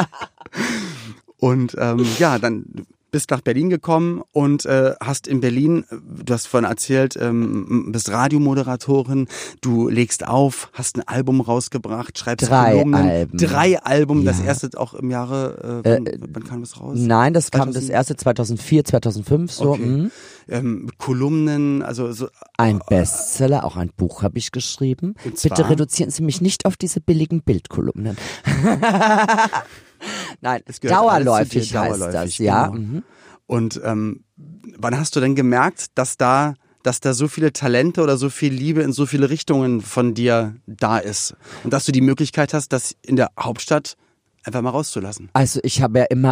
Und dann bist nach Berlin gekommen und hast in Berlin, du hast vorhin erzählt, bist Radiomoderatorin, du legst auf, hast ein Album rausgebracht, schreibst Kolumnen. 3 Alben, das erste auch im Jahre, wann kam das raus? Nein, das kam das erste 2004, 2005 so. Okay. Kolumnen, also so. Ein Bestseller, auch ein Buch habe ich geschrieben. Bitte reduzieren Sie mich nicht auf diese billigen Bildkolumnen. Nein, dauerläufig heißt das, ja. Genau. Und wann hast du denn gemerkt, dass da so viele Talente oder so viel Liebe in so viele Richtungen von dir da ist und dass du die Möglichkeit hast, das in der Hauptstadt einfach mal rauszulassen? Also ich hatte ja immer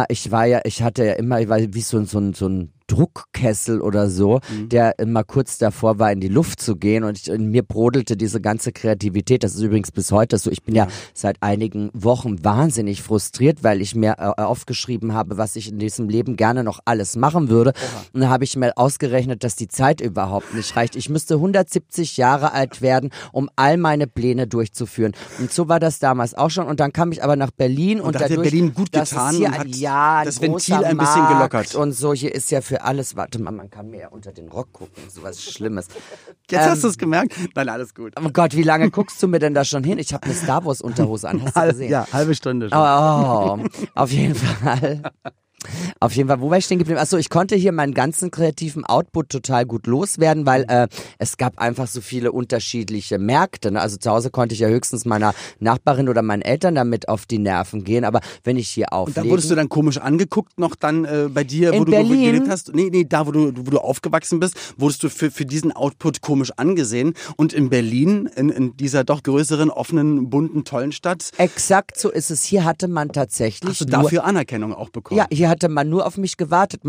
wie so ein Druckkessel oder so, der immer kurz davor war, in die Luft zu gehen und in mir brodelte diese ganze Kreativität. Das ist übrigens bis heute so. Ich bin ja seit einigen Wochen wahnsinnig frustriert, weil ich mir aufgeschrieben habe, was ich in diesem Leben gerne noch alles machen würde. Und da habe ich mir ausgerechnet, dass die Zeit überhaupt nicht reicht. Ich müsste 170 Jahre alt werden, um all meine Pläne durchzuführen. Und so war das damals auch schon. Und dann kam ich aber nach Berlin und da hat dadurch, Berlin gut dass getan es hier und hat das Ventil ein bisschen gelockert. Und so, hier ist ja für alles, warte mal, man kann mir ja unter den Rock gucken, sowas Schlimmes. Jetzt hast du es gemerkt? Nein, alles gut. Oh Gott, wie lange guckst du mir denn da schon hin? Ich habe eine Star Wars Unterhose an, hast du gesehen? Ja, halbe Stunde schon. Oh, auf jeden Fall. Auf jeden Fall, wo war ich stehen geblieben? Achso, ich konnte hier meinen ganzen kreativen Output total gut loswerden, weil es gab einfach so viele unterschiedliche Märkte. Ne? Also zu Hause konnte ich ja höchstens meiner Nachbarin oder meinen Eltern damit auf die Nerven gehen, aber wenn ich hier auflege... Und da wurdest du dann komisch angeguckt noch dann bei dir, wo du gelebt hast? Nee, da wo du aufgewachsen bist, wurdest du für diesen Output komisch angesehen. Und in Berlin, in dieser doch größeren, offenen, bunten, tollen Stadt... Exakt so ist es. Hier hatte man tatsächlich... Hast du dafür Anerkennung auch bekommen? Ja, hier hatte man nur auf mich gewartet.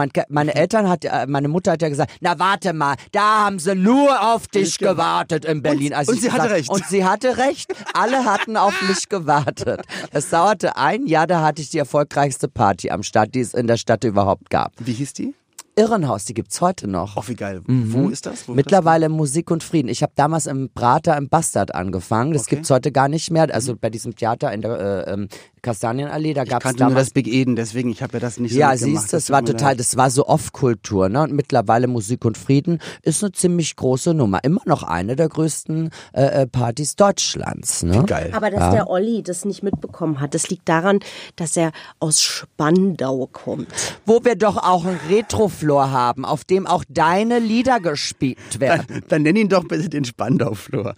Meine Mutter hat ja gesagt, na warte mal, da haben sie nur auf dich gewartet in Berlin. Und sie hatte recht. Und sie hatte recht. Alle hatten auf mich gewartet. Es dauerte ein Jahr, da hatte ich die erfolgreichste Party am Start, die es in der Stadt überhaupt gab. Wie hieß die? Irrenhaus, die gibt's heute noch. Ach, wie geil. Wo ist das? Mittlerweile Musik und Frieden. Ich habe damals im Prater im Bastard angefangen. Das gibt's heute gar nicht mehr. Also bei diesem Theater in der Kastanienallee, da gab's damals... Ich kannte nur das Big Eden, deswegen, ich habe ja das nicht so Ja, mitgemacht. siehst du, das war so Off-Kultur, ne? Und mittlerweile Musik und Frieden ist eine ziemlich große Nummer. Immer noch eine der größten Partys Deutschlands, ne? Wie geil. Aber dass der Olli das nicht mitbekommen hat, das liegt daran, dass er aus Spandau kommt. Wo wir doch auch einen Retrofloor haben, auf dem auch deine Lieder gespielt werden. Dann nenn ihn doch bitte den Spandau-Flor.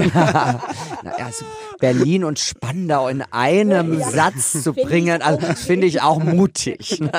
Also Berlin und Spandau in einem Satz zu bringen, also das finde ich auch mutig. Ne?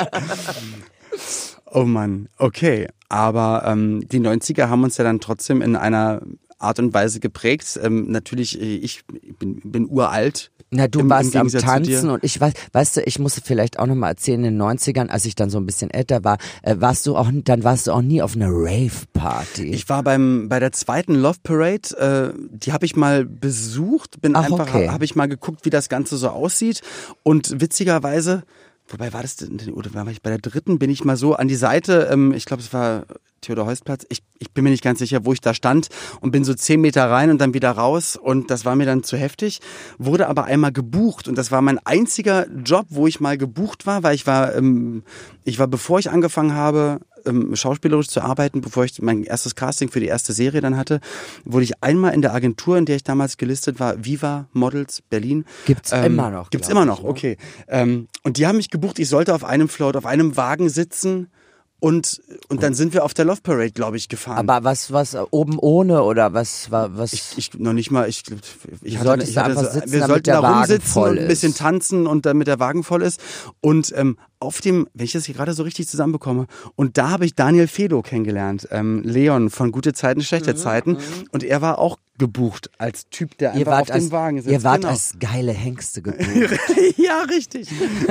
Oh Mann, okay. Aber die 90er haben uns ja dann trotzdem in einer Art und Weise geprägt. Natürlich, ich bin uralt. Na, du warst am Tanzen und ich weißt du, ich muss vielleicht auch nochmal erzählen, in den 90ern, als ich dann so ein bisschen älter war, warst du auch nie auf einer Rave-Party. Ich war bei der zweiten Love Parade, die habe ich mal besucht, habe ich mal geguckt, wie das Ganze so aussieht und witzigerweise, wobei war das denn, oder war ich bei der dritten, bin ich mal so an die Seite, ich glaube es war Theodor-Heuss-Platz, ich bin mir nicht ganz sicher, wo ich da stand und bin so 10 Meter rein und dann wieder raus und das war mir dann zu heftig, wurde aber einmal gebucht und das war mein einziger Job, wo ich mal gebucht war, weil ich war bevor ich angefangen habe, schauspielerisch zu arbeiten, bevor ich mein erstes Casting für die erste Serie dann hatte, wurde ich einmal in der Agentur, in der ich damals gelistet war, Viva Models Berlin. Gibt's immer noch. Gibt's immer noch, okay. Und die haben mich gebucht, ich sollte auf einem Float, auf einem Wagen sitzen. Und dann sind wir auf der Love Parade, glaube ich, gefahren. Aber was oben ohne oder was? Ich noch nicht mal. Wir sollten da rumsitzen und ein bisschen tanzen und damit der Wagen voll ist. Und auf dem, wenn ich das hier gerade so richtig zusammenbekomme, und da habe ich Daniel Fedor kennengelernt, Leon von Gute Zeiten, Schlechte Zeiten. Und er war auch gebucht als Typ, der einfach auf dem Wagen sitzt. Ihr wart als geile Hengste gebucht. Ja, richtig.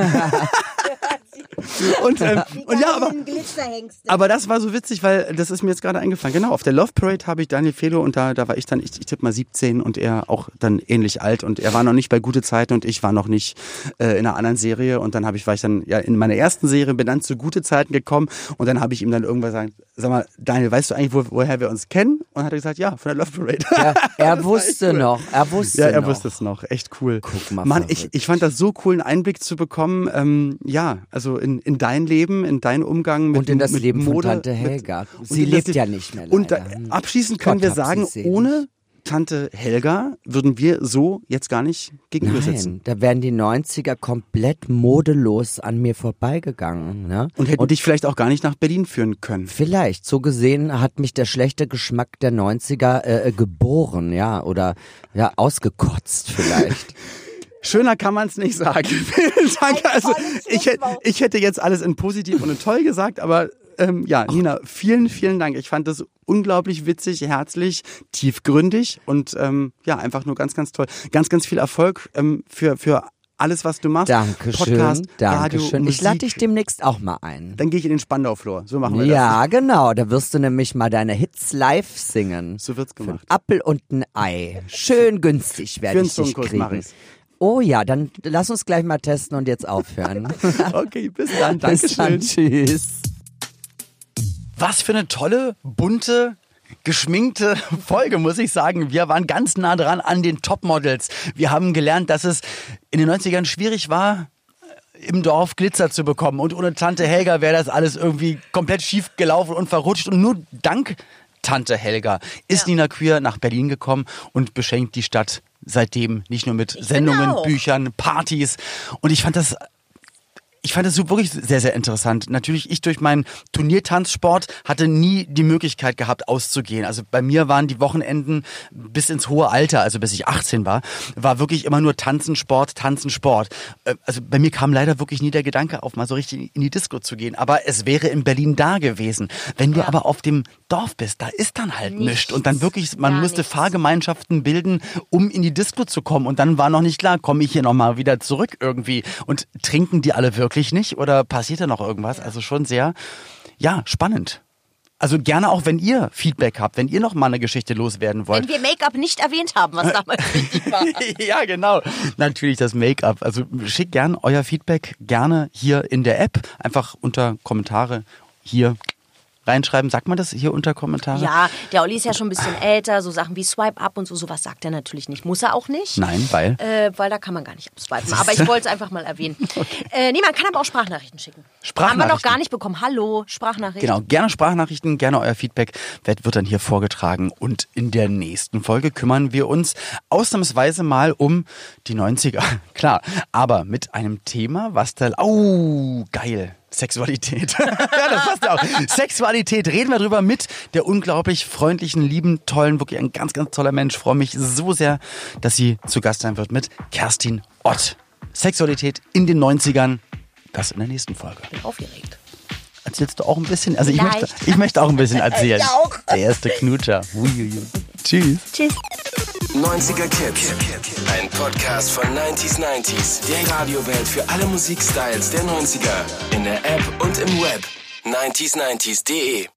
Und ja, aber das war so witzig, weil das ist mir jetzt gerade eingefallen. Genau, auf der Love Parade habe ich Daniel Fedor und da war ich dann, ich tippe mal 17 und er auch dann ähnlich alt und er war noch nicht bei Gute Zeiten und ich war noch nicht in einer anderen Serie und dann war ich dann ja in meiner ersten Serie, bin dann zu Gute Zeiten gekommen und dann habe ich ihm dann irgendwann gesagt, sag mal, Daniel, weißt du eigentlich, woher wir uns kennen? Und hat er gesagt, ja, von der Love Parade. Ja, er wusste noch. Er wusste es noch. Echt cool. Guck mal, Mann, ich fand das so cool, einen Einblick zu bekommen, ja, also in dein Leben, in deinen Umgang mit und in das mit Leben Mode, von Tante Helga. Sie lebt ja nicht mehr leider. Und abschließend können wir sagen, ohne Tante Helga würden wir so jetzt gar nicht gegenüber sitzen. Nein, da wären die 90er komplett modelos an mir vorbeigegangen. Ne? Und hätten dich vielleicht auch gar nicht nach Berlin führen können. Vielleicht. So gesehen hat mich der schlechte Geschmack der 90er geboren, ja, oder ja, ausgekotzt vielleicht. Schöner kann man es nicht sagen. Vielen Dank. Also ich hätte jetzt alles in positiv und in toll gesagt, aber Nina, vielen, vielen Dank. Ich fand das unglaublich witzig, herzlich, tiefgründig und einfach nur ganz, ganz toll. Ganz, ganz viel Erfolg für alles, was du machst. Dankeschön. Podcast, Dankeschön. Radio, Musik. Ich lade dich demnächst auch mal ein. Dann gehe ich in den Spandau-Flor. So machen wir das. Ja, genau. Da wirst du nämlich mal deine Hits live singen. So wird's gemacht. Für einen Apfel und ein Ei. Schön günstig werde ich dich kriegen. Mach ich's. Oh ja, dann lass uns gleich mal testen und jetzt aufhören. Okay, bis dann. Dankeschön. Bis dann. Tschüss. Was für eine tolle, bunte, geschminkte Folge, muss ich sagen. Wir waren ganz nah dran an den Topmodels. Wir haben gelernt, dass es in den 90ern schwierig war, im Dorf Glitzer zu bekommen. Und ohne Tante Helga wäre das alles irgendwie komplett schief gelaufen und verrutscht. Und nur dank Tante Helga ist Nina Queer nach Berlin gekommen und beschenkt die Stadt seitdem nicht nur mit Sendungen, Büchern, Partys. Und ich fand das so wirklich sehr, sehr interessant. Natürlich, ich durch meinen Turniertanzsport hatte nie die Möglichkeit gehabt, auszugehen. Also bei mir waren die Wochenenden bis ins hohe Alter, also bis ich 18 war wirklich immer nur Tanzen, Sport. Also bei mir kam leider wirklich nie der Gedanke auf, mal so richtig in die Disco zu gehen. Aber es wäre in Berlin da gewesen. Wenn du aber auf dem Dorf bist, da ist dann halt nichts. Und dann wirklich, man musste Fahrgemeinschaften bilden, um in die Disco zu kommen. Und dann war noch nicht klar, komme ich hier nochmal wieder zurück irgendwie. Und trinken die alle wirklich nicht oder passiert da noch irgendwas? Also schon sehr, spannend. Also gerne auch, wenn ihr Feedback habt, wenn ihr noch mal eine Geschichte loswerden wollt. Wenn wir Make-up nicht erwähnt haben, was damals wichtig war. Ja, genau. Natürlich das Make-up. Also schickt gerne euer Feedback gerne hier in der App. Einfach unter Kommentare hier reinschreiben. Sagt man das hier unter Kommentare? Ja, der Olli ist ja schon ein bisschen älter. So Sachen wie Swipe Up und sowas sagt er natürlich nicht. Muss er auch nicht. Nein, weil? Weil da kann man gar nicht abswipen. Aber ich wollte es einfach mal erwähnen. Okay. Man kann aber auch Sprachnachrichten schicken. Haben wir noch gar nicht bekommen. Hallo, Sprachnachrichten. Genau, gerne Sprachnachrichten, gerne euer Feedback. Wird dann hier vorgetragen. Und in der nächsten Folge kümmern wir uns ausnahmsweise mal um die 90er. Klar, aber mit einem Thema, was da... Oh, geil. Sexualität. Ja, das passt ja auch. Sexualität, reden wir drüber mit der unglaublich freundlichen, lieben, tollen, wirklich ein ganz, ganz toller Mensch. Ich freue mich so sehr, dass sie zu Gast sein wird mit Kerstin Ott. Sexualität in den 90ern, das in der nächsten Folge. Ich bin aufgeregt. Erzählst du auch ein bisschen? Also ich möchte auch ein bisschen erzählen. Ich auch. Der erste Knutscher. Tschüss. Tschüss. 90er Kids. Ein Podcast von 90s. Der Radiowelt für alle Musikstyles der 90er. In der App und im Web. 90s90s.de